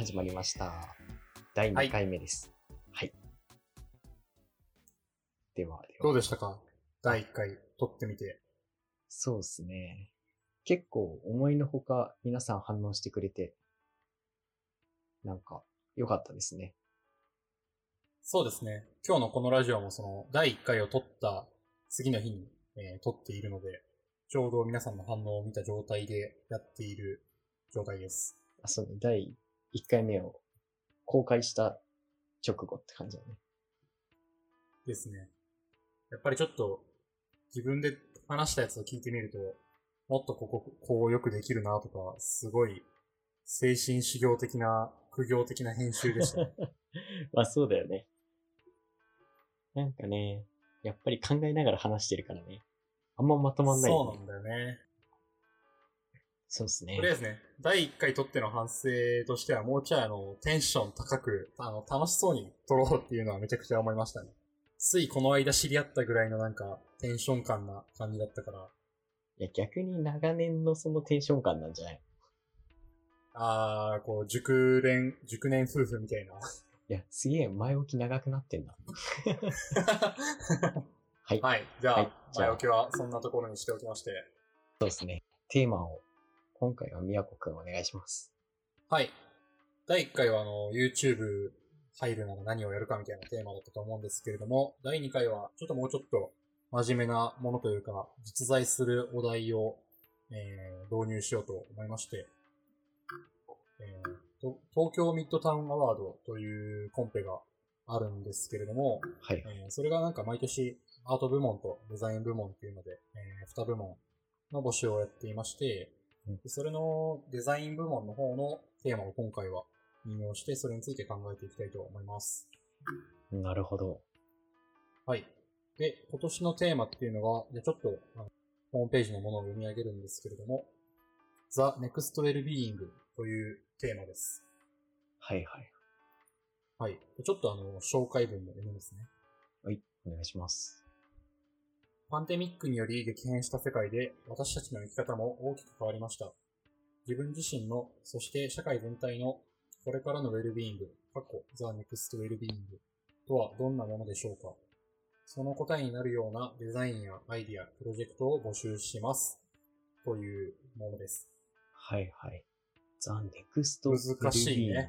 始まりました。第2回目です。はい。では。 どうでしたか？第1回撮ってみて。 そうですね。結構思いのほか皆さん反応してくれて、なんか良かったですね。 そうですね。今日のこのラジオもその第1回を撮った次の日に、撮っているので、ちょうど皆さんの反応を見た状態でやっている状態です。 そうね。第1回目を公開した直後って感じだね。 ですね。やっぱりちょっと自分で話したやつを聞いてみると、もっとこうよくできるなとか、すごい精神修行的な、苦行的な編集でしたね。 まあそうだよね。なんかね、やっぱり考えながら話してるからね。あんままとまんないよね。 そうなんだよね。 そうですね。 とりあえずね、第1回撮っての反省としては、もうちょいテンション高く、楽しそうに撮ろうっていうのはめちゃくちゃ思いましたね。ついこの間知り合ったぐらいのなんか、テンション感な感じだったから。 いや、逆に長年のそのテンション感なんじゃない？ こう、熟年夫婦みたいな。 いや、すげえ前置き長くなってんな。はい。 はい。じゃあ、 はい、 前置きはそんなところにしておきまして。 そうですね。テーマを、今回は宮古くんお願いします。 はい。第1回はYouTube 入るなら何をやるかみたいなテーマだったと思うんですけれども、第2回はちょっともうちょっと真面目なものというか、実在するお題を、導入しようと思いまして、東京ミッドタウンアワードというコンペがあるんですけれども、 はい。 それがなんか毎年アート部門とデザイン部門っていうので、2部門の募集をやっていまして、それのデザイン部門の方のテーマを今回は引用して、それについて考えていきたいと思います。 なるほど。 はい。で、今年のテーマっていうのが、ちょっとホームページのものを読み上げるんですけれども、The Next Wellbeing というテーマです。 はいはい。 はい。ちょっと紹介文も読みますね。 はい、お願いします。 パンデミックにより激変した世界で私たちの生き方も大きく変わりました。自分自身の、そして社会全体のこれからのウェルビーイング、The Next Wellbeing とはどんなものでしょうか。その答えになるようなデザインやアイディア、プロジェクトを募集します。というものです。 はいはい。The Next Wellbeing。 難しいね。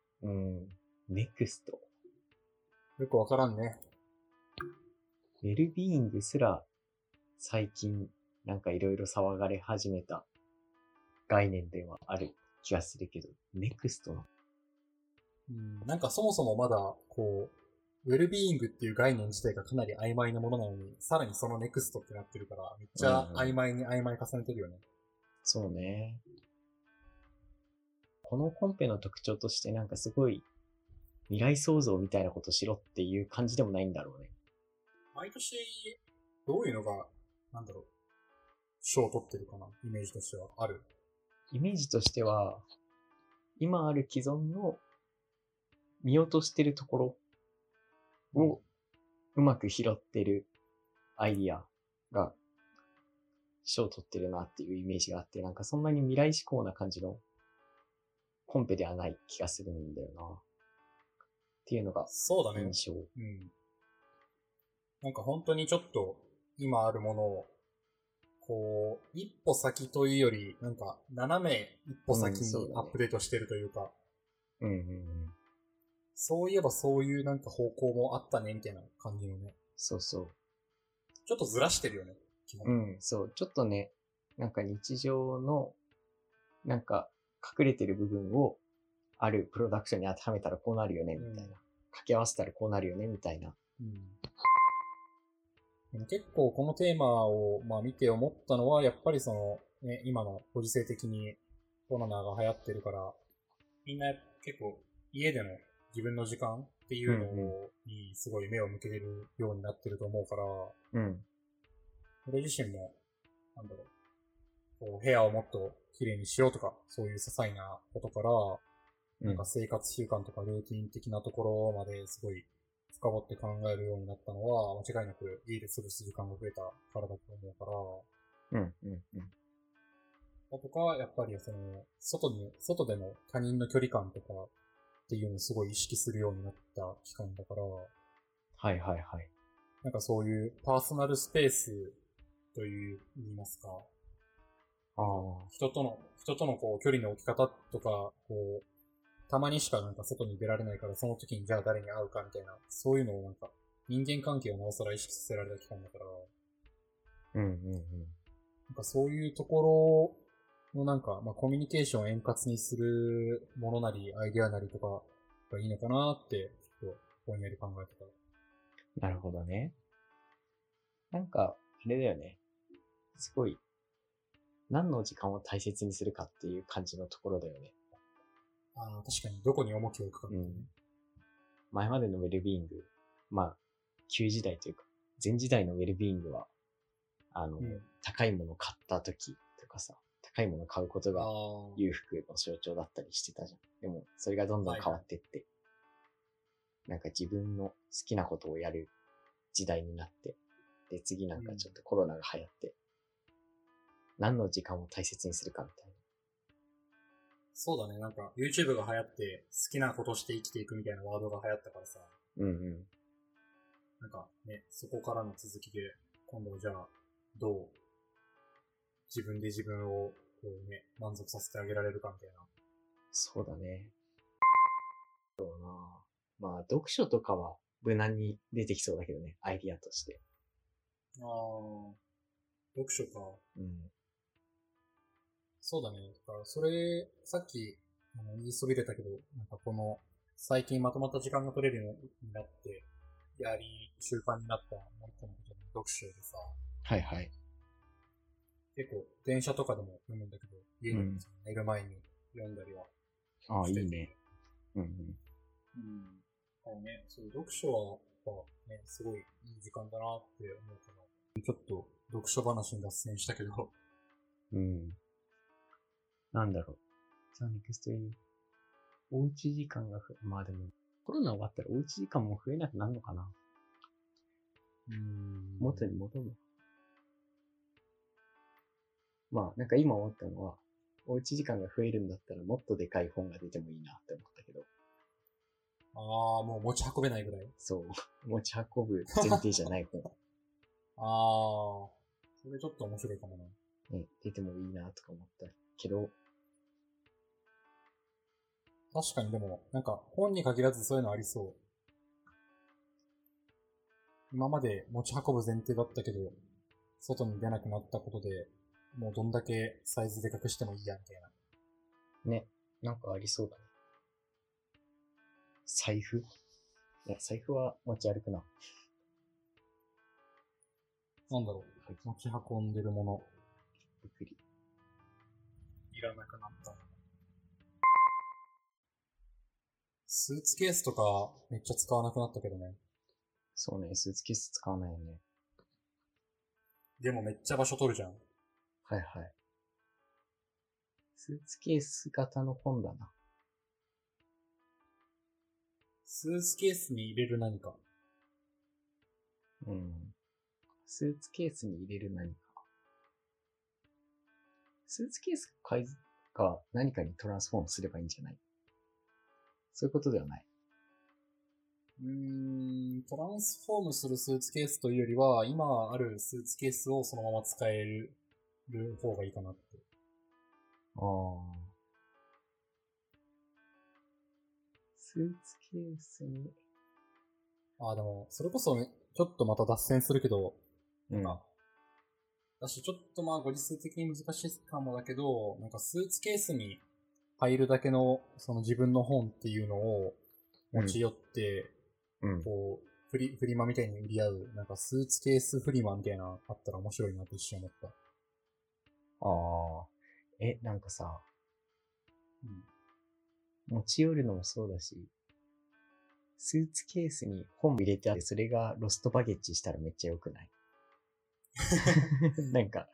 Next。 よくわからんね。 ウェルビーイングすら最近なんかいろいろ騒がれ始めた概念ではある気がするけど、NEXT の。 なんかそもそもまだ、こう、ウェルビーイングっていう概念自体がかなり曖昧なものなのに、さらにそのネクストってなってるから、めっちゃ曖昧に曖昧重ねてるよね。 そうね。このコンペの特徴としてなんかすごい未来創造みたいなことしろっていう感じでもないんだろうね。 毎年、どういうのが、賞を取ってるかな、イメージとしてはある。 イメージとしては、今ある既存の見落としてるところをうまく拾ってるアイディアが賞を取ってるなっていうイメージがあって、なんかそんなに未来志向な感じのコンペではない気がするんだよな。っていうのがそうだね。 印象。 なんか本当にちょっと今あるものをこう、一歩先というより、なんか、斜め一歩先にアップデートしてるというか、そういえばそういうなんか方向もあったね、みたいな感じのね。 そうそう。 ちょっとずらしてるよね、基本。そう。ちょっとね、なんか日常の、なんか隠れてる部分をあるプロダクションに当てはめたらこうなるよね、みたいな。掛け合わせたらこうなるよね、みたいな。 結構このテーマを見て思ったのは、やっぱりその、ね、今のご時世的にコロナが流行ってるから、みんな結構家での自分の時間っていうのにすごい目を向けてるようになってると思うから、俺自身も、こう部屋をもっと綺麗にしようとか、そういう些細なことから、なんか生活習慣とかルーティン的なところまですごい深掘って考えるようになったのは、間違いなく家で過ごす時間が増えたからだと思うから、だとか、やっぱりその、外での他人の距離感とか、 っていうのをすごい意識するようになった期間だから、 はいはいはい。 なんかそういうパーソナルスペースと言いますか、 ああ。 人とのこう距離の置き方とか、こう、たまにしかなんか外に出られないから、その時にじゃあ誰に会うかみたいな、そういうのをなんか、人間関係をなおさら意識させられた期間だから、 うんうんうん。 なんかそういうところのなんか、まあコミュニケーションを円滑にするものなり、アイデアなりとかがいいのかなって、ちょっとぼんやり考えてた。 なるほどね。なんか、あれだよね。すごい、何の時間を大切にするかっていう感じのところだよね。 ああ、確かにどこに重きを置くかってね。 前までのウェルビーイング、まあ、旧時代というか、前時代のウェルビーイングは、高いものを買った時とかさ、高いものを買うことが裕福の象徴だったりしてたじゃん。でも、それがどんどん変わってって、なんか自分の好きなことをやる時代になって、で、次なんかちょっとコロナが流行って、何の時間を大切にするかみたいな。 そうだね、なんか YouTube が流行って好きなことして生きていくみたいなワードが流行ったからさ。 うんうん。 なんかね、そこからの続きで、今度はじゃあ、どう自分で自分をこうね、満足させてあげられるかみたいな。 そうだね。そうな。まあ、読書とかは無難に出てきそうだけどね、アイディアとして。 ああ、読書か。 うん。 そうだね。だからそれ、さっき言いそびれたけど、なんかこの、最近まとまった時間が取れるようになって、習慣になったもう一個のことの読書でさ、 はいはい。 結構電車とかでも読むんだけど、家でも寝る前に読んだりはああ、いしてる。 いね。うんうん。 だからね、そういう読書は、やっぱね、すごいいい時間だなって思うから、ちょっと読書話に脱線したけど、 うん。なんだろう。じゃあ、ネクストイン。おうち時間がまあでも、コロナ終わったらおうち時間も増えなくなるのかな。元に戻るの。まあ、なんか今思ったのは、おうち時間が増えるんだったらもっとでかい本が出てもいいなって思ったけど。 ああ、もう持ち運べないぐらい。 そう。持ち運ぶ前提じゃない本。 ああ、それちょっと面白いかもな。 ね、出てもいいなとか思ったけど。 確かにでも、なんか本に限らずそういうのありそう。今まで持ち運ぶ前提だったけど、外に出なくなったことで、もうどんだけサイズでかくしてもいいや、みたいな。 ね、なんかありそうだね。財布？いや、財布は持ち歩くな。 なんだろう、持ち運んでるもの。 びっくり。 いらなくなったもの。スーツケースとかめっちゃ使わなくなったけどね。 そうね、スーツケース使わないよね。 でもめっちゃ場所取るじゃん。 はいはい。スーツケース型の本だな。 スーツケースに入れる何か。 うん。スーツケースに入れる何か。スーツケースが何かにトランスフォームすればいいんじゃない？そういうことではない。 トランスフォームするスーツケースというよりは、今あるスーツケースをそのまま使える方がいいかなって。 ああ。スーツケースに。 ああ、でも、それこそ、ね、ちょっとまた脱線するけど、 うん。 私ちょっとまあご時世的に難しいかもだけど、なんかスーツケースに入るだけのその自分の本っていうのを持ち寄って、こう、フリマみたいに売り合う、なんかスーツケースフリマみたいなあったら面白いなって一瞬思った。 ああ。なんかさ、持ち寄るのもそうだし、スーツケースに本入れてあって、それがロストバゲッジしたらめっちゃ良くない？なんか、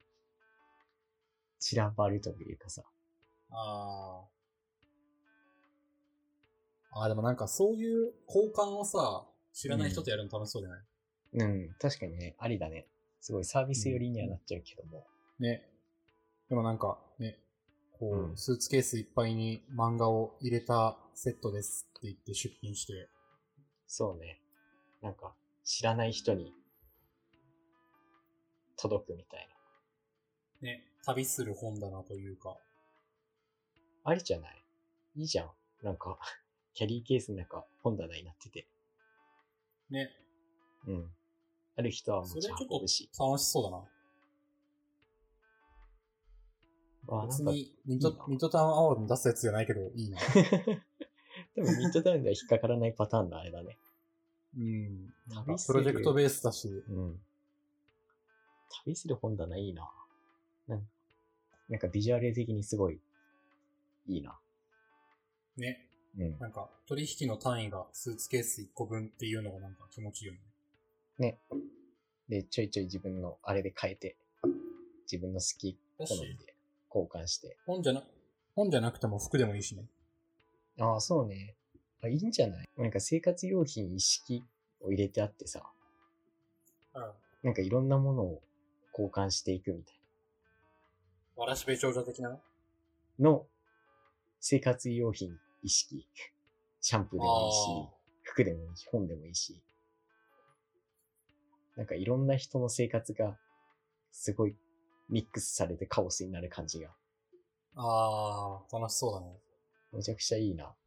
散らばるというかさ。 でもなんかそういう交換をさ、知らない人とやるの楽しそうじゃない？ 確かにね、ありだね。すごいサービス寄りにはなっちゃうけども。 ね。でもなんかね、こう、スーツケースいっぱいに漫画を入れたセットですって言って出品して。 そうね。なんか、知らない人に届くみたいな。ね、旅する本棚というか。 ありじゃない？いいじゃん。なんか、キャリーケースの中、本棚になってて。 ね。 うん。ある人は持ちそれちょっ運ぶし。 と楽しそうだな。別にミッドタウンアワードに出すやつじゃないけど、いいな。 多分ミッドタウンでは引っかからないパターンのあれだね。 うん。なんかプロジェクトベースだし。 うん。旅する本棚いいな。なんかビジュアル的にすごいいいな。 ね。 うん。 なんか取引の単位がスーツケース1個分っていうのがなんか気持ちいいよね。 ね。で、ちょいちょい自分のあれで変えて、自分の好き好みで交換して。 本じゃなくても服でもいいしね。 ああ、そうね。あ、いいんじゃない？なんか生活用品一式を入れてあってさ。 うん。 なんかいろんなものを交換していくみたいわらしべ長者的なな。の生活用品一式。シャンプーでもいいし、服でもいいし、本でもいいし。なんかいろんな人の生活がすごいミックスされてカオスになる感じが。 ああ、楽しそうだね。 めちゃくちゃいいな。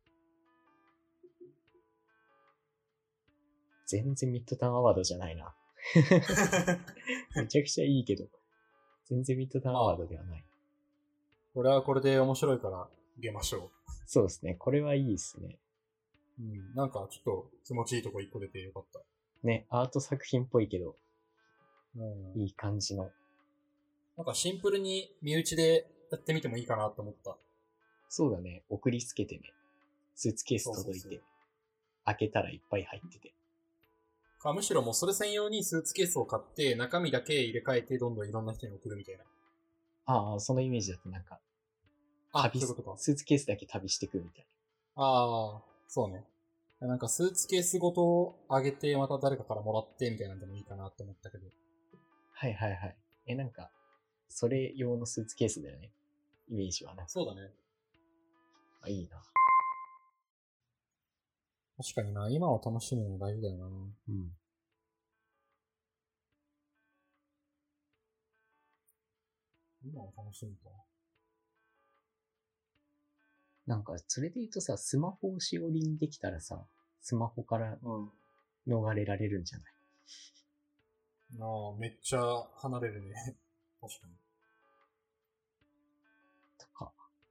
全然ミッドタウンアワードじゃないな。めちゃくちゃいいけど、全然ミッドタウンアワードではない。 これはこれで面白いから入れましょう。 そうですね。これはいいですね。 うん。なんかちょっと気持ちいいとこ一個出てよかった。 ね、アート作品っぽいけど、 うん、 いい感じの。 なんかシンプルに身内でやってみてもいいかなと思った。 そうだね。送りつけてね。スーツケース届いて。 そう開けたらいっぱい入ってて。 むしろもうそれ専用にスーツケースを買って中身だけ入れ替えてどんどんいろんな人に送るみたいな。 ああ、そのイメージだとなんか、 そういうことか。 スーツケースだけ旅してくみたいああ、そうね。なんかスーツケースごとあげてまた誰かからもらってみたいなんでもいいかなって思ったけど。 はいはいはい。なんか、それ用のスーツケースだよね。イメージはね。 そうだね。 あ、いいな。 確かにな、今を楽しむの大事だよな。 うん。 今を楽しむか。 なんか、それで言うとさ、スマホをしおりにできたらさ、スマホから逃れられるんじゃない？ ああ、めっちゃ離れるね。確かに。 とか。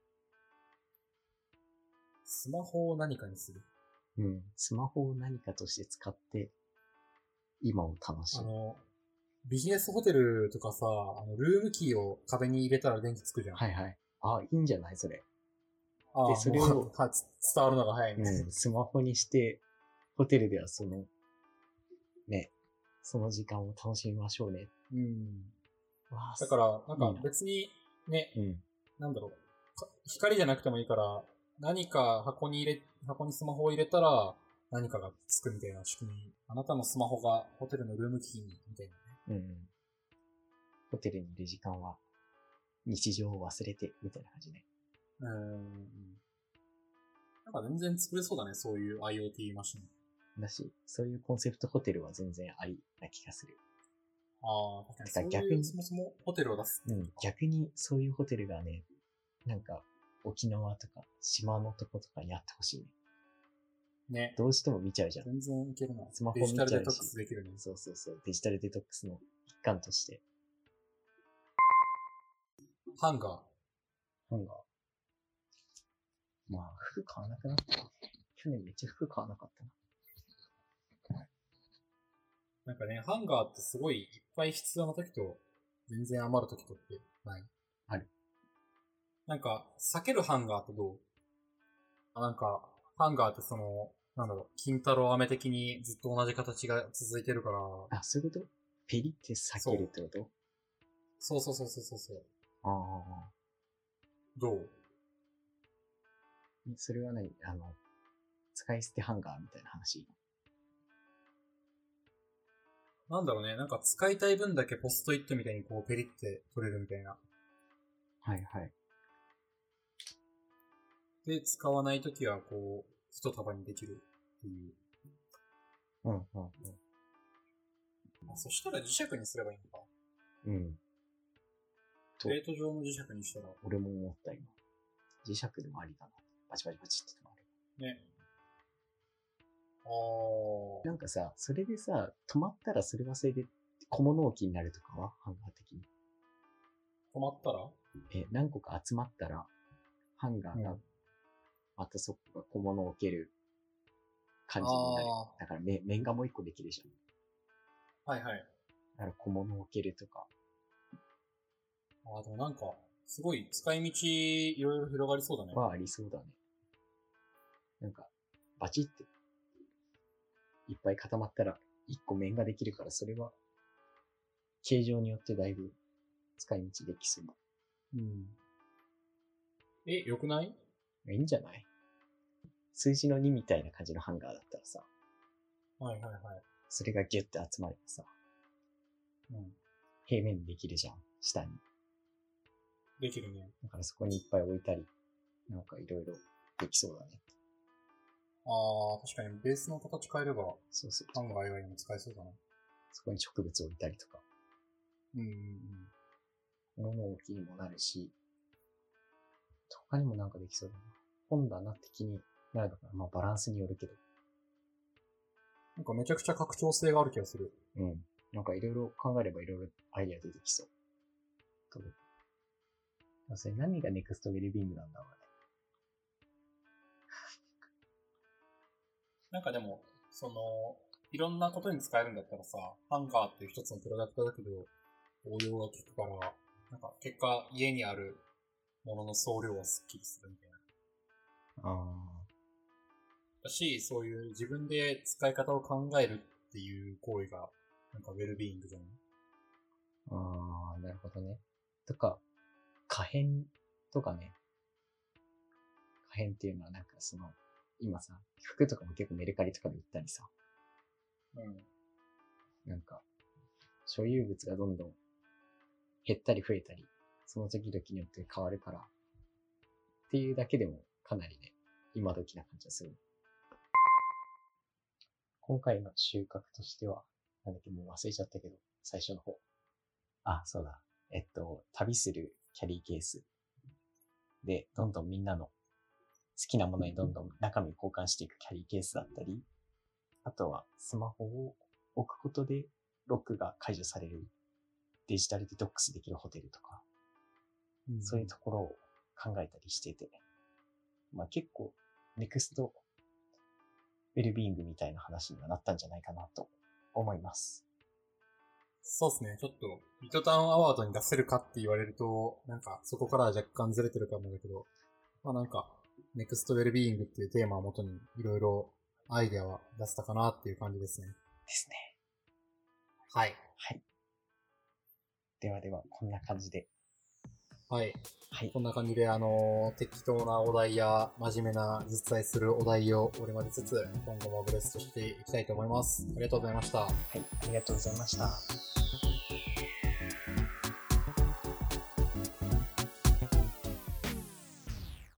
スマホを何かにする。 うん。スマホを何かとして使って、今を楽しむ。 ビジネスホテルとかさ、ルームキーを壁に入れたら電気つくじゃん。 はいはい。あ、いいんじゃないそれ。 ああ、 で、それを、 伝わるのが早いね。 うん、スマホにして、ホテルではね、その時間を楽しみましょうね。 うん。 わだから、なんか別にね、 うん、 なんだろう、光じゃなくてもいいから、何か箱にスマホを入れたら、何かがつくみたいな仕組み。あなたのスマホがホテルのルームキーに、みたいなね。 うん。ホテルにいる時間は、日常を忘れて、みたいな感じね。 なんか全然作れそうだね、そういう IoT マシン。 だし、そういうコンセプトホテルは全然ありな気がする。 ああ、確かに。 そう逆に、 そもそもホテルを出す。 うん、逆にそういうホテルがね、なんか、沖縄とか島のとことかにあってほしいね。 ね。 どうしても見ちゃうじゃん。 全然いけるな。 スマホ見ちゃうし。 デジタルデトックスできるね。 そうそうそう。デジタルデトックスの一環として。 ハンガー。 まあ、服買わなくなった。去年めっちゃ服買わなかったな。 なんかね、ハンガーってすごいいっぱい必要な時と、全然余る時とってない？ ある。 なんか、避けるハンガーってどう？なんか、ハンガーってなんだろう、金太郎飴的にずっと同じ形が続いてるから。 あ、そういうこと？ペリって避けるってこと？ そう。 ああ。 どう？ それは何？使い捨てハンガーみたいな話？ なんだろうね、なんか使いたい分だけポストイットみたいにこうペリって取れるみたいな。 はいはい。 で、使わないときは、こう、一束にできるっていう。そしたら磁石にすればいいのか。プレート状の磁石にしたら。 俺も思った今。磁石でもありだな。バチバチバチってもある。 ね。 なんかさ、それでさ、止まったらそれはそれで小物置きになるとかはハンガー的に。 止まったら何個か集まったら、ハンガーが、またそこが小物を置ける感じになる。だから面がもう一個できるじゃん。はいはい。 だから小物を置けるとか。 でもなんか、すごい使い道いろいろ広がりそうだね。 ありそうだね。なんか、バチっていっぱい固まったら一個面ができるから、それは形状によってだいぶ使い道できそう。 良くない？ いいんじゃない？数字の2みたいな感じのハンガーだったらさ。それがギュッて集まればさ。平面にできるじゃん、下に。 できるね。 だからそこにいっぱい置いたり、なんかいろいろできそうだね。 確かにベースの形変えれば、ハンガー以外にも使えそうだな。 そこに植物置いたりとか。物置きにもなるし、他にもなんかできそうだな。本棚的になるのかな。バランスによるけど。 なんかめちゃくちゃ拡張性がある気がする。 なんかいろいろ考えればいろいろアイデア出てきそう。それ何がネクストウェルビーイングなんだろうね。 なんかでも、いろんなことに使えるんだったらさ、ハンガーっていう一つのプロダクトだけど、応用が効くから、なんか結果家にあるものの総量はスッキリするみたいな。だし、そういう自分で使い方を考えるっていう行為が、なんかウェルビーイングじゃない？ なるほどね。とか、可変とかね。可変っていうのはなんか今さ、服とかも結構メルカリとかで売ったりさ。なんか、所有物がどんどん減ったり増えたり、その時々によって変わるから、っていうだけでもかなりね、今時な感じがする。今回の収穫としては、もう忘れちゃったけど、最初の方。そうだ。旅するキャリーケースで、どんどんみんなの好きなものにどんどん中身を交換していくキャリーケースだったり、あとはスマホを置くことでロックが解除されるデジタルデトックスできるホテルとか、そういうところを考えたりしてて、結構ネクストウェルビーイングみたいな話にはなったんじゃないかなと思います。 そうですね。ちょっと、リトタウンアワードに出せるかって言われると、なんかそこからは若干ずれてるかもだけど、なんか、ネクストウェルビーイングっていうテーマをもとにいろいろアイデアは出せたかなっていう感じですね。 ですね。 はい。 ではでは、こんな感じで。 はい。こんな感じで、適当なお題や真面目な実在するお題を織り交ぜつつ、今後もブレストしていきたいと思います。ありがとうございました。 ありがとうございました。